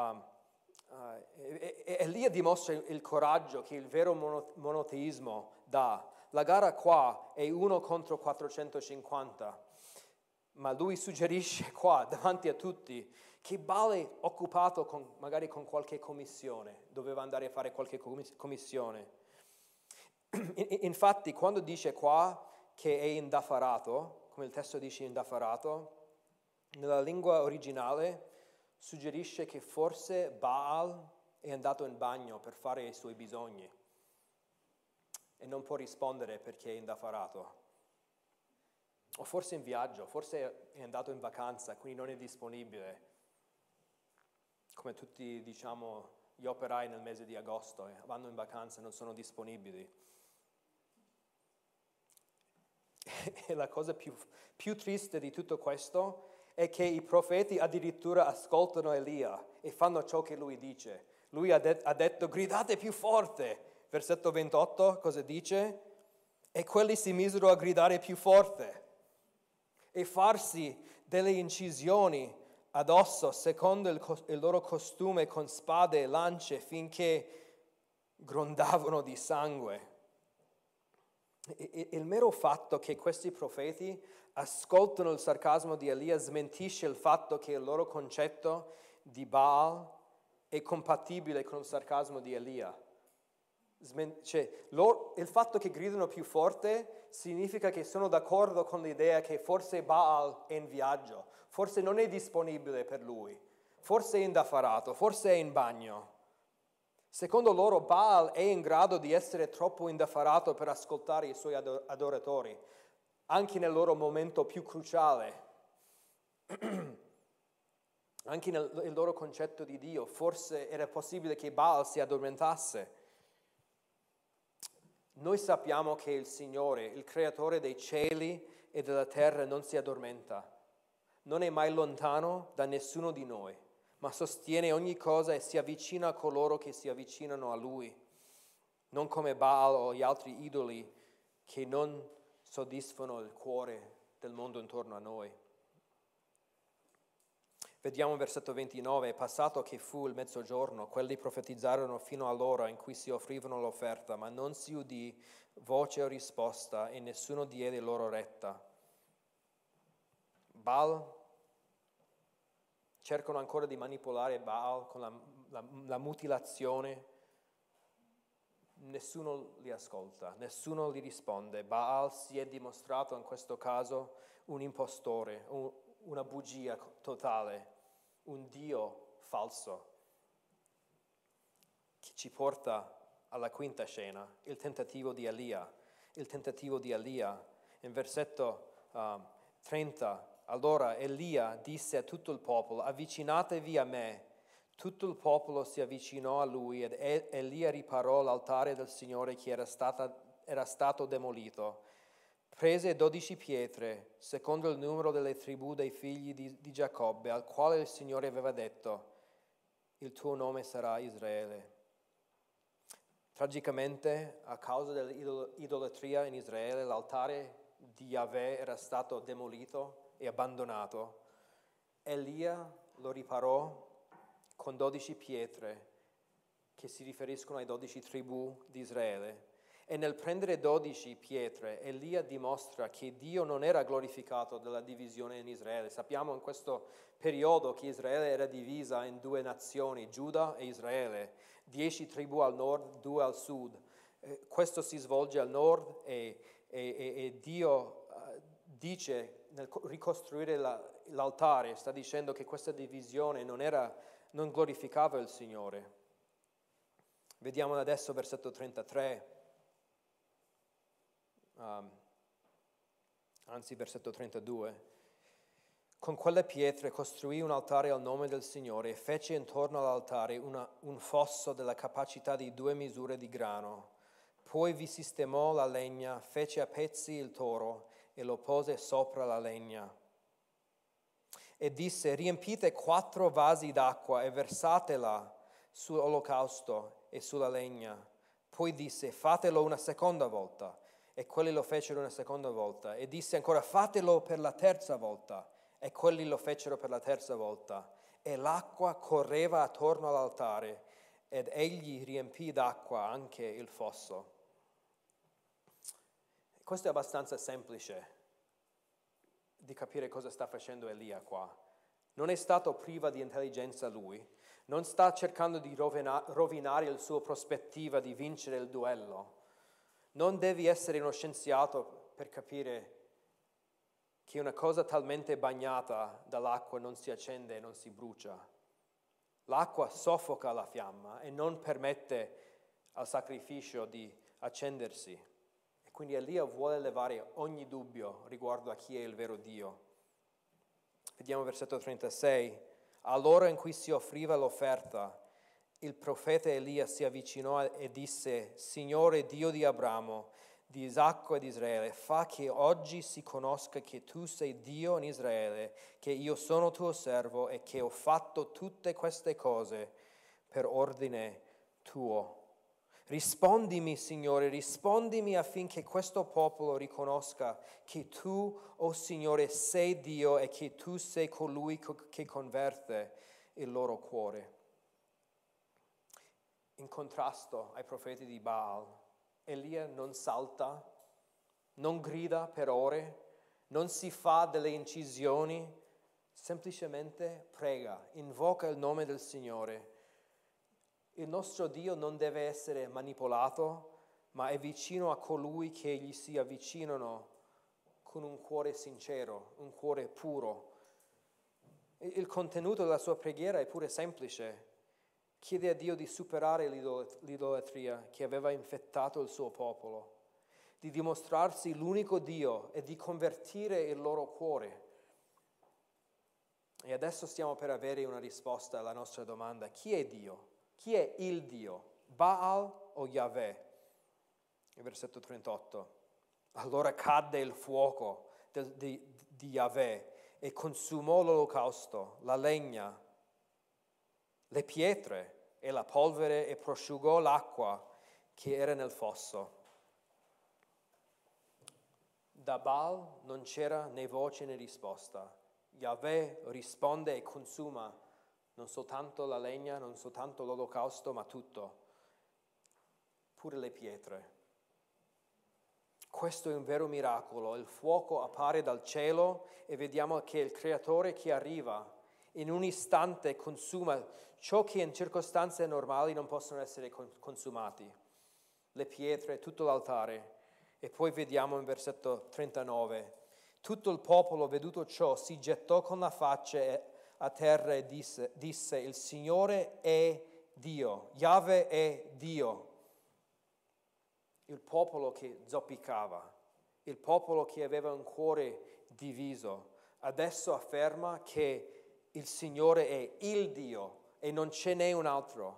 Elia dimostra il coraggio che il vero monoteismo dà. La gara qua è 1 contro 450, ma lui suggerisce qua davanti a tutti che Baal è occupato magari con qualche commissione, doveva andare a fare qualche commissione. Infatti quando dice qua che è indaffarato, come il testo dice indaffarato, nella lingua originale suggerisce che forse Baal è andato in bagno per fare i suoi bisogni e non può rispondere perché è indaffarato. O forse in viaggio, forse è andato in vacanza, quindi non è disponibile. Come tutti, diciamo, gli operai nel mese di agosto, vanno in vacanza e non sono disponibili. E la cosa più triste di tutto questo è che i profeti addirittura ascoltano Elia e fanno ciò che lui dice. Lui ha detto: gridate più forte. Versetto 28, cosa dice? E quelli si misero a gridare più forte e farsi delle incisioni addosso secondo il loro costume con spade e lance finché grondavano di sangue. Il mero fatto che questi profeti ascoltano il sarcasmo di Elia smentisce il fatto che il loro concetto di Baal è compatibile con il sarcasmo di Elia. Il fatto che gridano più forte significa che sono d'accordo con l'idea che forse Baal è in viaggio, forse non è disponibile per lui, forse è indaffarato, forse è in bagno. Secondo loro Baal è in grado di essere troppo indaffarato per ascoltare i suoi adoratori, anche nel loro momento più cruciale, anche nel loro concetto di Dio. Forse era possibile che Baal si addormentasse. Noi sappiamo che il Signore, il creatore dei cieli e della terra, non si addormenta, non è mai lontano da nessuno di noi, ma sostiene ogni cosa e si avvicina a coloro che si avvicinano a Lui. non come Baal o gli altri idoli che non soddisfano il cuore del mondo intorno a noi. Vediamo versetto 29, passato che fu il mezzogiorno, quelli profetizzarono fino all'ora in cui si offrivano l'offerta, ma non si udì voce o risposta e nessuno diede loro retta. Baal, cercano ancora di manipolare Baal con la mutilazione. Nessuno li ascolta, nessuno li risponde. Baal si è dimostrato in questo caso un impostore, una bugia totale, un Dio falso, che ci porta alla quinta scena, il tentativo di Elia. Il tentativo di Elia, in versetto 30, allora Elia disse a tutto il popolo, avvicinatevi a me. Tutto il popolo si avvicinò a lui ed Elia riparò l'altare del Signore che era stato demolito. Prese 12 pietre, secondo il numero delle tribù dei figli di Giacobbe, al quale il Signore aveva detto, il tuo nome sarà Israele. Tragicamente, a causa dell'idolatria in Israele, l'altare di Yahweh era stato demolito e abbandonato. Elia lo riparò con 12 pietre che si riferiscono ai 12 tribù di Israele. E nel prendere 12 pietre, Elia dimostra che Dio non era glorificato dalla divisione in Israele. Sappiamo in questo periodo che Israele era divisa in due nazioni, Giuda e Israele, 10 tribù al nord, 2 al sud. Questo si svolge al nord e Dio dice nel ricostruire l'altare, sta dicendo che questa divisione non glorificava il Signore. Vediamo adesso versetto 33, versetto 32. Con quelle pietre costruì un altare al nome del Signore e fece intorno all'altare un fosso della capacità di 2 misure di grano. Poi vi sistemò la legna, fece a pezzi il toro e lo pose sopra la legna. E disse, riempite 4 vasi d'acqua e versatela sull'olocausto e sulla legna. Poi disse, fatelo una seconda volta. E quelli lo fecero una seconda volta. E disse ancora, fatelo per la terza volta. E quelli lo fecero per la terza volta. E l'acqua correva attorno all'altare, ed egli riempì d'acqua anche il fosso. Questo è abbastanza semplice di capire cosa sta facendo Elia qua. Non è stato privo di intelligenza lui, non sta cercando di rovinare la sua prospettiva di vincere il duello. Non devi essere uno scienziato per capire che una cosa talmente bagnata dall'acqua non si accende e non si brucia. L'acqua soffoca la fiamma e non permette al sacrificio di accendersi. Quindi Elia vuole levare ogni dubbio riguardo a chi è il vero Dio. Vediamo versetto 36. All'ora in cui si offriva l'offerta, il profeta Elia si avvicinò e disse, Signore Dio di Abramo, di Isacco e di Israele, fa che oggi si conosca che tu sei Dio in Israele, che io sono tuo servo e che ho fatto tutte queste cose per ordine tuo. Rispondimi, Signore, rispondimi affinché questo popolo riconosca che tu, o Signore, sei Dio e che tu sei colui che converte il loro cuore. In contrasto ai profeti di Baal, Elia non salta, non grida per ore, non si fa delle incisioni, semplicemente prega, invoca il nome del Signore. Il nostro Dio non deve essere manipolato, ma è vicino a colui che gli si avvicinano con un cuore sincero, un cuore puro. Il contenuto della sua preghiera è pure semplice. Chiede a Dio di superare l'idolatria che aveva infettato il suo popolo, di dimostrarsi l'unico Dio e di convertire il loro cuore. E adesso stiamo per avere una risposta alla nostra domanda. Chi è Dio? Chi è il Dio? Baal o Yahweh? Il versetto 38. Allora cadde il fuoco di Yahweh e consumò l'olocausto, la legna, le pietre e la polvere e prosciugò l'acqua che era nel fosso. Da Baal non c'era né voce né risposta. Yahweh risponde e consuma non soltanto la legna, non soltanto l'olocausto, ma tutto, pure le pietre. Questo è un vero miracolo. Il fuoco appare dal cielo e vediamo che il Creatore che arriva in un istante consuma ciò che in circostanze normali non possono essere consumati. Le pietre, tutto l'altare. E poi vediamo in versetto 39, tutto il popolo, veduto ciò, si gettò con la faccia a terra e disse, il Signore è Dio, Yahweh è Dio. Il popolo che zoppicava, il popolo che aveva un cuore diviso, adesso afferma che il Signore è il Dio e non ce n'è un altro.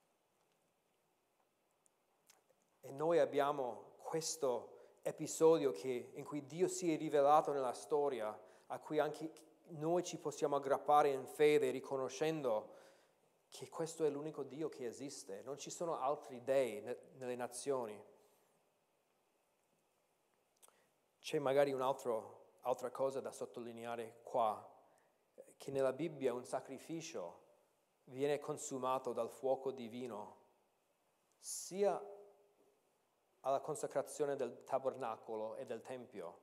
E noi abbiamo questo episodio in cui Dio si è rivelato nella storia, a cui anche noi ci possiamo aggrappare in fede, riconoscendo che questo è l'unico Dio che esiste, non ci sono altri dei nelle nazioni. C'è magari un'altra cosa da sottolineare qua, che nella Bibbia un sacrificio viene consumato dal fuoco divino, sia alla consacrazione del tabernacolo e del tempio.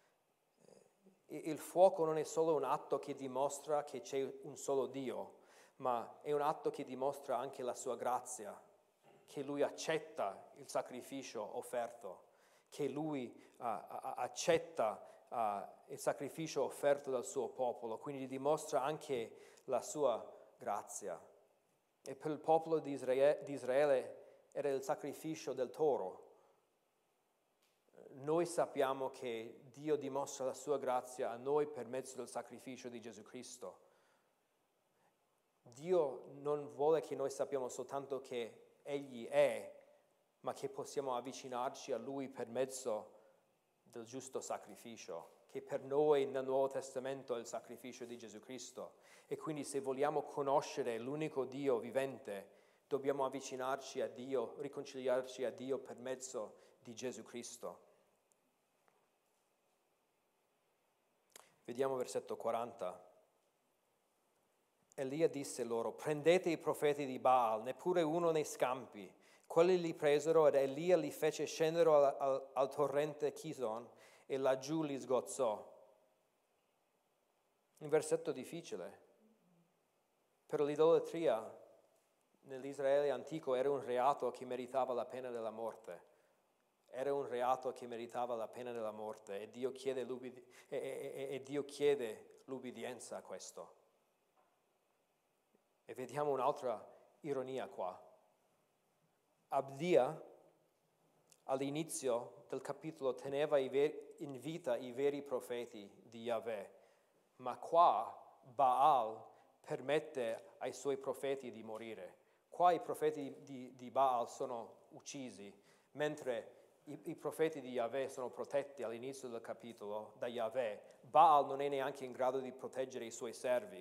Il fuoco non è solo un atto che dimostra che c'è un solo Dio, ma è un atto che dimostra anche la sua grazia, che Lui accetta il sacrificio offerto, che Lui accetta il sacrificio offerto dal suo popolo, quindi dimostra anche la sua grazia. E per il popolo di Israele era il sacrificio del toro. Noi sappiamo che Dio dimostra la sua grazia a noi per mezzo del sacrificio di Gesù Cristo. Dio non vuole che noi sappiamo soltanto che Egli è, ma che possiamo avvicinarci a Lui per mezzo del giusto sacrificio, che per noi nel Nuovo Testamento è il sacrificio di Gesù Cristo. E quindi se vogliamo conoscere l'unico Dio vivente, dobbiamo avvicinarci a Dio, riconciliarci a Dio per mezzo di Gesù Cristo. Vediamo versetto 40. Elia disse loro, prendete i profeti di Baal, neppure uno ne scampi. Quelli li presero ed Elia li fece scendere al torrente Kison e laggiù li sgozzò. Un versetto difficile. Per l'idolatria nell'Israele antico era un reato che meritava la pena della morte. Era un reato che meritava la pena della morte e Dio chiede l'ubbidienza a questo. E vediamo un'altra ironia qua. Abdia all'inizio del capitolo teneva in vita i veri profeti di Yahweh, ma qua Baal permette ai suoi profeti di morire. Qua i profeti di Baal sono uccisi, mentre i profeti di Yahweh sono protetti all'inizio del capitolo da Yahweh. Baal non è neanche in grado di proteggere i suoi servi.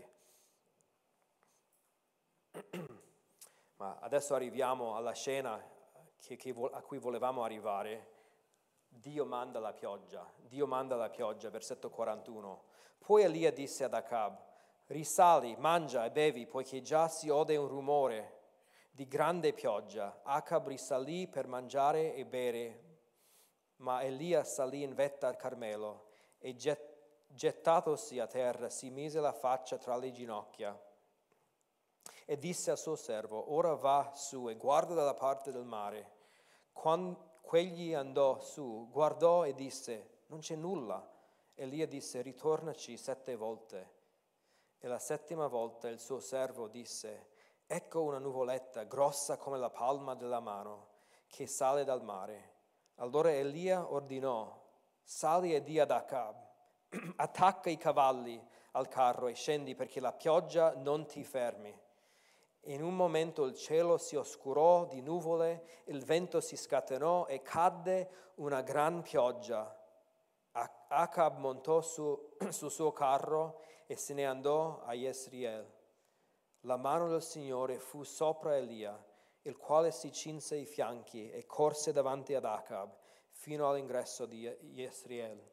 Ma adesso arriviamo alla scena a cui volevamo arrivare. Dio manda la pioggia, versetto 41. Poi Elia disse ad Acab, risali, mangia e bevi, poiché già si ode un rumore di grande pioggia. Acab risalì per mangiare e bere, ma Elia salì in vetta al Carmelo e gettatosi a terra si mise la faccia tra le ginocchia e disse al suo servo, ora va su e guarda dalla parte del mare. Quando quegli andò su, guardò e disse, non c'è nulla. Elia disse, ritornaci 7 volte. E la 7ª volta il suo servo disse, ecco una nuvoletta grossa come la palma della mano che sale dal mare. Allora Elia ordinò, sali e di ad Acab, attacca i cavalli al carro e scendi perché la pioggia non ti fermi. In un momento il cielo si oscurò di nuvole, il vento si scatenò e cadde una gran pioggia. Acab montò sul suo carro e se ne andò a Jezreel. La mano del Signore fu sopra Elia il quale si cinse i fianchi e corse davanti ad Acab fino all'ingresso di Jezreel.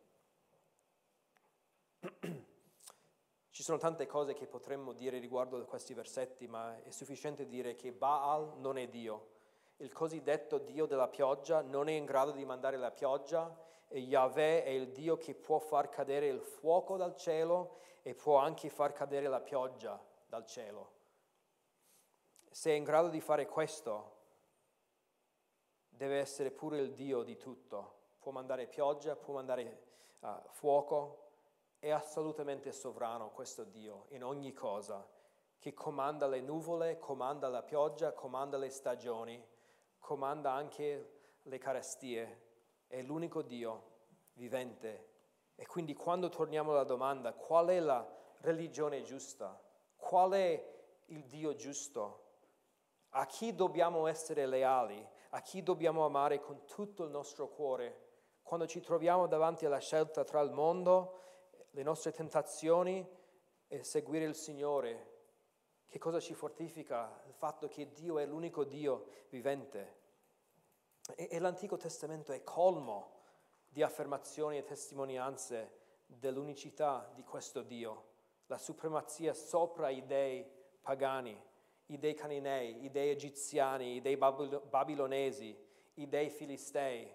Ci sono tante cose che potremmo dire riguardo a questi versetti, ma è sufficiente dire che Baal non è Dio. Il cosiddetto Dio della pioggia non è in grado di mandare la pioggia, e Yahweh è il Dio che può far cadere il fuoco dal cielo e può anche far cadere la pioggia dal cielo. Se è in grado di fare questo, deve essere pure il Dio di tutto. Può mandare pioggia, può mandare fuoco. È assolutamente sovrano questo Dio in ogni cosa, che comanda le nuvole, comanda la pioggia, comanda le stagioni, comanda anche le carestie. È l'unico Dio vivente. E quindi quando torniamo alla domanda, qual è la religione giusta? Qual è il Dio giusto? A chi dobbiamo essere leali? A chi dobbiamo amare con tutto il nostro cuore? Quando ci troviamo davanti alla scelta tra il mondo, le nostre tentazioni e seguire il Signore, che cosa ci fortifica? Il fatto che Dio è l'unico Dio vivente. E l'Antico Testamento è colmo di affermazioni e testimonianze dell'unicità di questo Dio, la supremazia sopra i dei pagani, i dei Cananei, i dei Egiziani, i dei Babilonesi, i dei Filistei.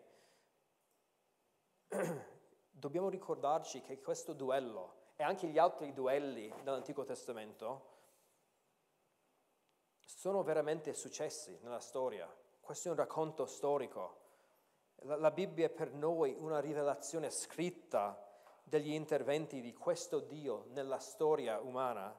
Dobbiamo ricordarci che questo duello e anche gli altri duelli nell'Antico Testamento sono veramente successi nella storia. Questo è un racconto storico. La Bibbia è per noi una rivelazione scritta degli interventi di questo Dio nella storia umana.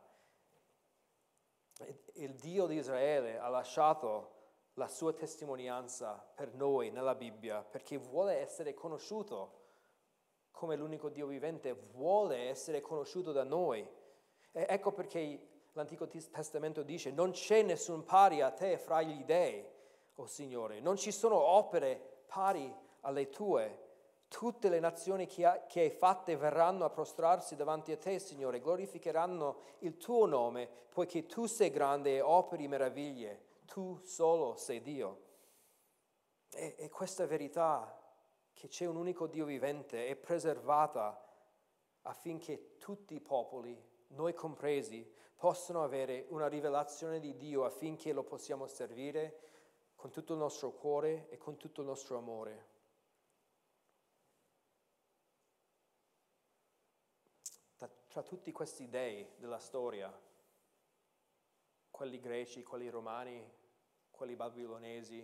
Il Dio di Israele ha lasciato la sua testimonianza per noi nella Bibbia perché vuole essere conosciuto come l'unico Dio vivente, vuole essere conosciuto da noi. E ecco perché l'Antico Testamento dice: non c'è nessun pari a te fra gli dei, o Signore, non ci sono opere pari alle tue. Tutte le nazioni che hai fatte verranno a prostrarsi davanti a te, Signore, glorificheranno il tuo nome, poiché tu sei grande e operi meraviglie, tu solo sei Dio. E questa verità, che c'è un unico Dio vivente, è preservata affinché tutti i popoli, noi compresi, possano avere una rivelazione di Dio affinché lo possiamo servire con tutto il nostro cuore e con tutto il nostro amore. Tra tutti questi dei della storia, quelli greci, quelli romani, quelli babilonesi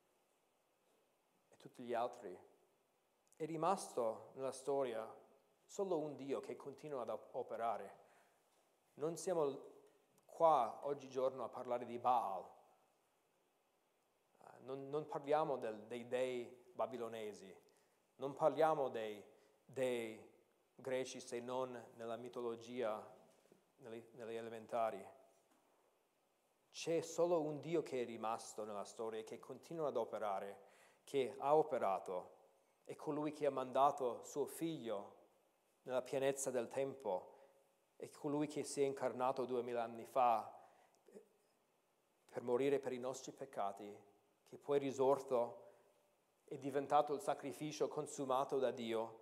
e tutti gli altri, è rimasto nella storia solo un Dio che continua ad operare. Non siamo qua oggigiorno a parlare di Baal, non parliamo dei dei babilonesi, non parliamo dei greci se non nella mitologia, nelle elementari. C'è solo un Dio che è rimasto nella storia e che continua ad operare, che ha operato. È colui che ha mandato suo figlio nella pienezza del tempo, è colui che si è incarnato 2000 anni fa per morire per i nostri peccati, che poi risorto è diventato il sacrificio consumato da Dio.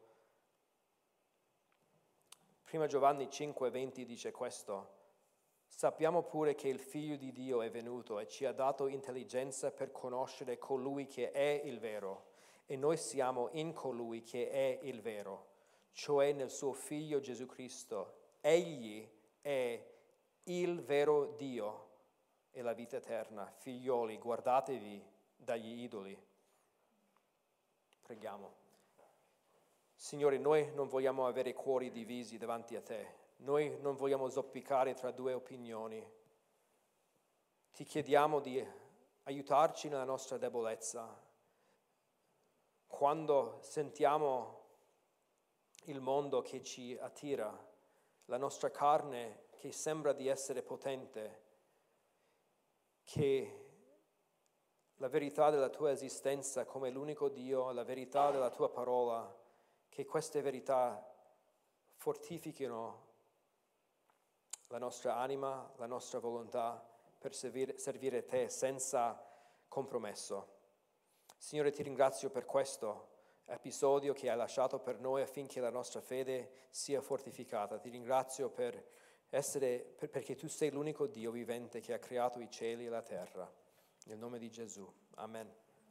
1 Giovanni 5,20 dice questo: sappiamo pure che il Figlio di Dio è venuto e ci ha dato intelligenza per conoscere colui che è il vero, e noi siamo in colui che è il vero, cioè nel suo Figlio Gesù Cristo. Egli è il vero Dio e la vita eterna. Figlioli, guardatevi dagli idoli. Preghiamo. Signore, noi non vogliamo avere cuori divisi davanti a te. Noi non vogliamo zoppicare tra due opinioni. Ti chiediamo di aiutarci nella nostra debolezza. Quando sentiamo il mondo che ci attira, la nostra carne che sembra di essere potente, che la verità della tua esistenza come l'unico Dio, la verità della tua parola, che queste verità fortifichino la nostra anima, la nostra volontà per servire te senza compromesso. Signore, ti ringrazio per questo episodio che hai lasciato per noi affinché la nostra fede sia fortificata. Ti ringrazio perché tu sei l'unico Dio vivente che ha creato i cieli e la terra. Nel nome di Gesù. Amen.